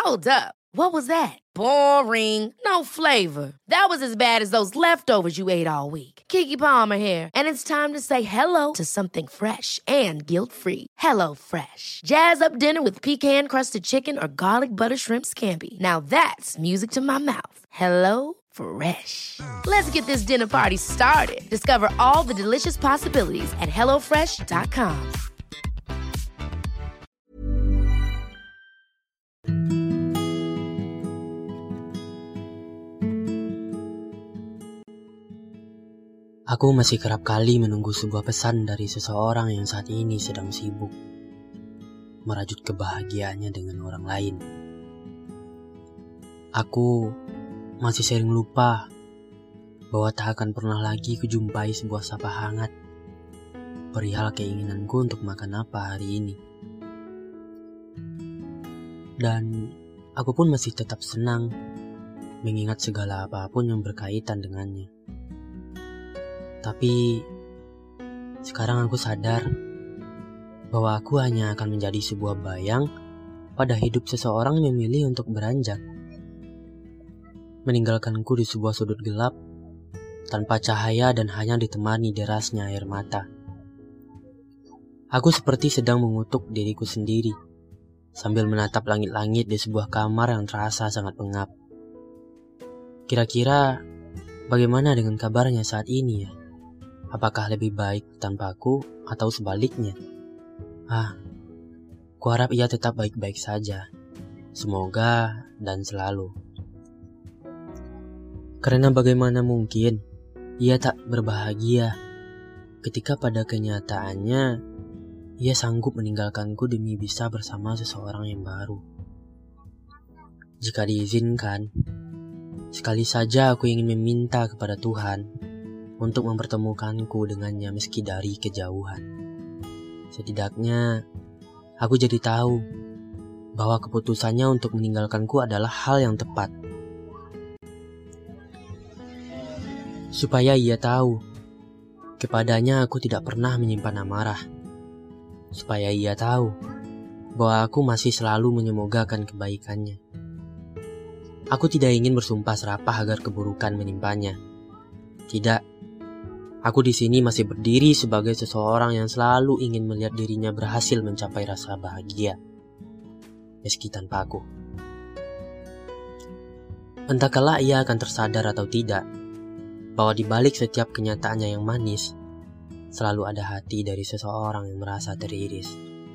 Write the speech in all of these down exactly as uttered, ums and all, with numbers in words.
Hold up. What was that? Boring. No flavor. That was as bad as those leftovers you ate all week. Keke Palmer here, and it's time to say hello to something fresh and guilt-free. Hello Fresh. Jazz up dinner with pecan-crusted chicken or garlic butter shrimp scampi. Now that's music to my mouth. Hello Fresh. Let's get this dinner party started. Discover all the delicious possibilities at hello fresh dot com. Aku masih kerap kali menunggu sebuah pesan dari seseorang yang saat ini sedang sibuk merajut kebahagiaannya dengan orang lain. Aku masih sering lupa bahwa tak akan pernah lagi kujumpai sebuah sapa hangat perihal keinginanku untuk makan apa hari ini. Dan aku pun masih tetap senang mengingat segala apapun yang berkaitan dengannya. Tapi sekarang aku sadar bahwa aku hanya akan menjadi sebuah bayang pada hidup seseorang yang memilih untuk beranjak, meninggalkanku di sebuah sudut gelap tanpa cahaya dan hanya ditemani derasnya air mata. Aku seperti sedang mengutuk diriku sendiri sambil menatap langit-langit di sebuah kamar yang terasa sangat pengap. Kira-kira bagaimana dengan kabarnya saat ini ya? Apakah lebih baik tanpaku atau sebaliknya? Ah, kuharap ia tetap baik-baik saja. Semoga dan selalu. Karena bagaimana mungkin ia tak berbahagia ketika pada kenyataannya ia sanggup meninggalkanku demi bisa bersama seseorang yang baru. Jika diizinkan, sekali saja aku ingin meminta kepada Tuhan untuk mempertemukanku dengannya meski dari kejauhan. Setidaknya, aku jadi tahu bahwa keputusannya untuk meninggalkanku adalah hal yang tepat. Supaya ia tahu, kepadanya aku tidak pernah menyimpan amarah. Supaya ia tahu bahwa aku masih selalu menyemogakan kebaikannya. Aku tidak ingin bersumpah serapah agar keburukan menimpanya. Tidak. Aku di sini masih berdiri sebagai seseorang yang selalu ingin melihat dirinya berhasil mencapai rasa bahagia, meski tanpa aku. Entah kala ia akan tersadar atau tidak, bahwa di balik setiap kenyataannya yang manis, selalu ada hati dari seseorang yang merasa teriris.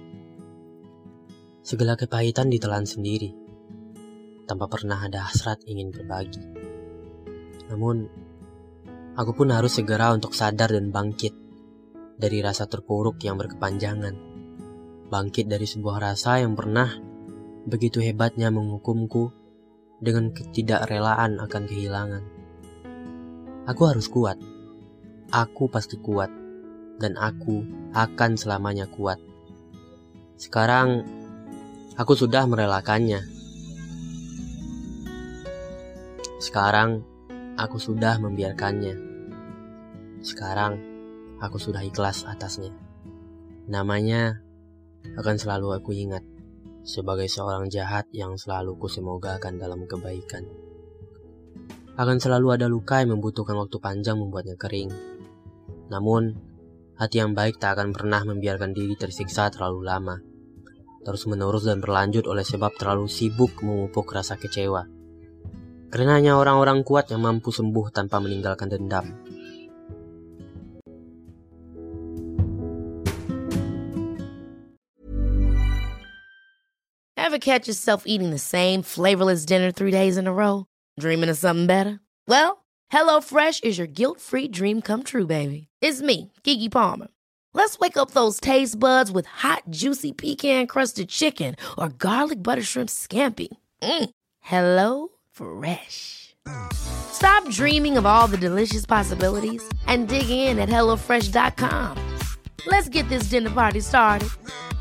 Segala kepahitan ditelan sendiri, tanpa pernah ada hasrat ingin berbagi. Namun, aku pun harus segera untuk sadar dan bangkit dari rasa terpuruk yang berkepanjangan. Bangkit dari sebuah rasa yang pernah begitu hebatnya menghukumku dengan ketidakrelaan akan kehilangan. Aku harus kuat. Aku pasti kuat. Dan aku akan selamanya kuat. Sekarang, aku sudah merelakannya. Sekarang, aku sudah membiarkannya. Sekarang, aku sudah ikhlas atasnya. Namanya akan selalu aku ingat sebagai seorang jahat yang selalu kusemogakan dalam kebaikan. Akan selalu ada luka yang membutuhkan waktu panjang membuatnya kering. Namun, hati yang baik tak akan pernah membiarkan diri tersiksa terlalu lama, terus-menerus dan berlanjut oleh sebab terlalu sibuk memupuk rasa kecewa. Karena hanya orang-orang kuat yang mampu sembuh tanpa meninggalkan dendam. Ever catch yourself eating the same flavorless dinner three days in a row? Dreaming of something better? Well, HelloFresh is your guilt-free dream come true, baby. It's me, Keke Palmer. Let's wake up those taste buds with hot, juicy pecan-crusted chicken or garlic butter shrimp scampi. Mm. Hello Fresh. Stop dreaming of all the delicious possibilities and dig in at hello fresh dot com. Let's get this dinner party started.